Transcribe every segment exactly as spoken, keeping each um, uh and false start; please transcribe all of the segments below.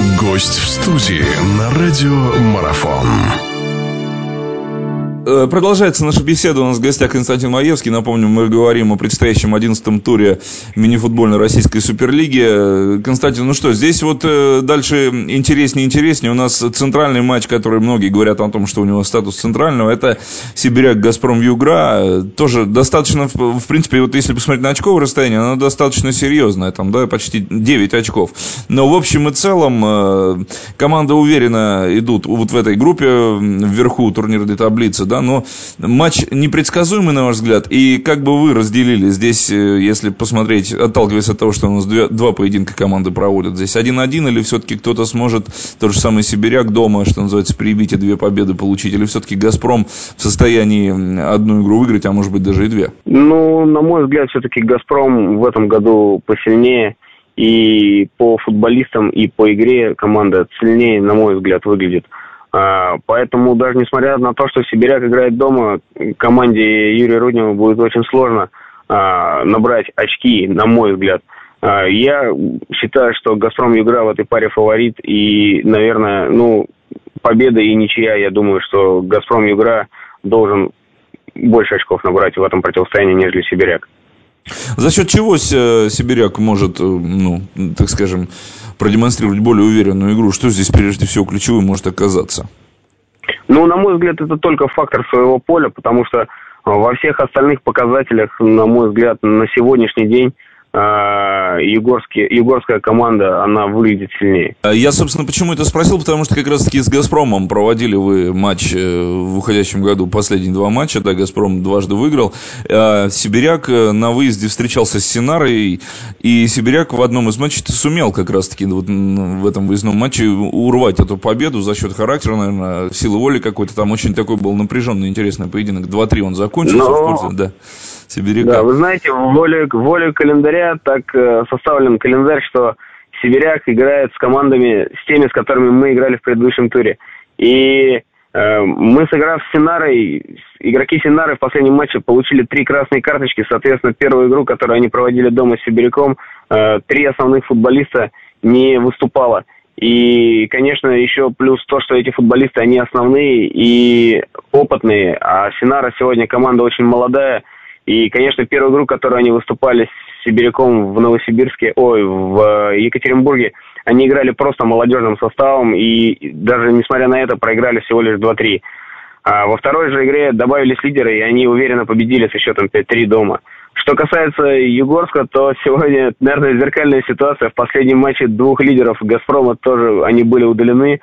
Гость в студии на радио Марафон. Продолжается наша беседа. У нас в гостях Константин Маевский. Напомню, мы говорим о предстоящем одиннадцатом туре мини-футбольной российской суперлиги. Константин, ну что, здесь вот дальше интереснее и интереснее. У нас центральный матч, который многие говорят о том, что у него статус центрального, это Сибиряк Газпром Югра. Тоже достаточно, в принципе, вот если посмотреть на очковое расстояние, оно достаточно серьезное, там, да, почти девять очков. Но в общем и целом команда уверенно идут вот в этой группе вверху турнирной таблицы, да, но матч непредсказуемый, на ваш взгляд, и как бы вы разделили здесь, если посмотреть, отталкиваясь от того, что у нас две, два поединка команды проводят, здесь один-один, или все-таки кто-то сможет, тот же самый Сибиряк дома, что называется, прибить и две победы получить, или все-таки Газпром в состоянии одну игру выиграть, а может быть даже и две? Ну, на мой взгляд, все-таки Газпром в этом году посильнее, и по футболистам, и по игре команда сильнее, на мой взгляд, выглядит. Поэтому даже несмотря на то, что Сибиряк играет дома, команде Юрия Руднева будет очень сложно набрать очки, на мой взгляд. Я считаю, что Газпром Югра в этой паре фаворит, и, наверное, ну, победа и ничья, я думаю, что Газпром Югра должен больше очков набрать в этом противостоянии, нежели Сибиряк. За счет чего Сибиряк может, ну, так скажем, продемонстрировать более уверенную игру? Что здесь прежде всего ключевым может оказаться? Ну, на мой взгляд, это только фактор своего поля, потому что во всех остальных показателях, на мой взгляд, на сегодняшний день Югорский, югорская команда, она выглядит сильнее. Я, собственно, почему это спросил, потому что как раз-таки с «Газпромом» проводили вы матч в уходящем году, последние два матча, да, «Газпром» дважды выиграл. Сибиряк на выезде встречался с «Синарой», и Сибиряк в одном из матчей сумел как раз-таки вот в этом выездном матче урвать эту победу за счет характера, наверное, силы воли какой-то. Там очень такой был напряженный, интересный поединок. два-три он закончился Но... в пользу, да. Сибиряка. Да, вы знаете, волей, волей календаря так э, составлен календарь, что Сибиряк играет с командами, с теми, с которыми мы играли в предыдущем туре. И э, мы, сыграв с Синарой, игроки Синары в последнем матче получили три красные карточки. Соответственно, первую игру, которую они проводили дома с Сибиряком, э, три основных футболиста не выступало. И, конечно, еще плюс то, что эти футболисты, они основные и опытные, а Синара сегодня команда очень молодая. И, конечно, первую игру, которую они выступали с Сибиряком в Новосибирске, ой, в Екатеринбурге, они играли просто молодежным составом, и даже несмотря на это проиграли всего лишь два-три. А во второй же игре добавились лидеры, и они уверенно победили со счетом пять-три дома. Что касается Югорска, то сегодня, наверное, зеркальная ситуация. В последнем матче двух лидеров «Газпрома» тоже они были удалены,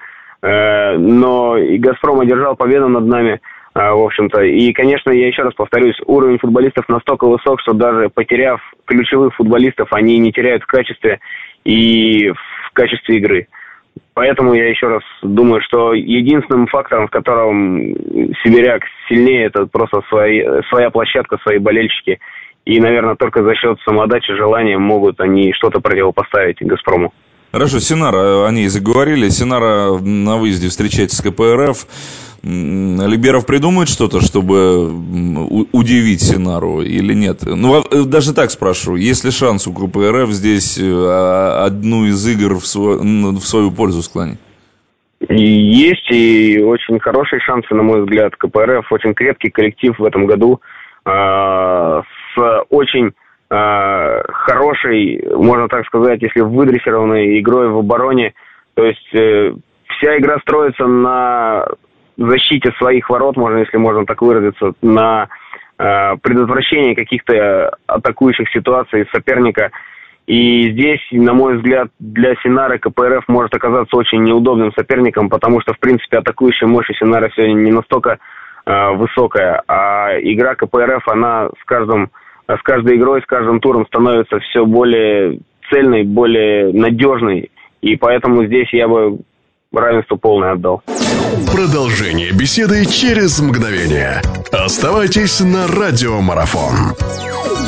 но и «Газпром» одержал победу над нами. В общем-то, и, конечно, я еще раз повторюсь, уровень футболистов настолько высок, что даже потеряв ключевых футболистов, они не теряют в качестве и в качестве игры. Поэтому я еще раз думаю, что единственным фактором, в котором Сибиряк сильнее, это просто свои, своя площадка, свои болельщики. И, наверное, только за счет самоотдачи, желания могут они что-то противопоставить «Газпрому». Хорошо, Синара, о ней заговорили. Синара на выезде встречается с ка пэ эр эф. Либеров придумает что-то, чтобы удивить Синару или нет? Ну, даже так спрошу. Есть ли шанс у ка пэ эр эф здесь одну из игр в свою, в свою пользу склонить? Есть, и очень хорошие шансы, на мой взгляд. ка пэ эр эф очень крепкий коллектив в этом году. С очень хорошей, можно так сказать, если выдрессированной игрой в обороне. То есть э, вся игра строится на защите своих ворот, можно, если можно так выразиться, на э, предотвращении каких-то атакующих ситуаций соперника. И здесь, на мой взгляд, для Синары ка пэ эр эф может оказаться очень неудобным соперником, потому что, в принципе, атакующая мощь у Синары сегодня не настолько э, высокая, а игра ка пэ эр эф, она с каждым с каждой игрой, с каждым туром становится все более цельной, более надежной. И поэтому здесь я бы равенство полное отдал. Продолжение беседы через мгновение. Оставайтесь на Радио Марафон.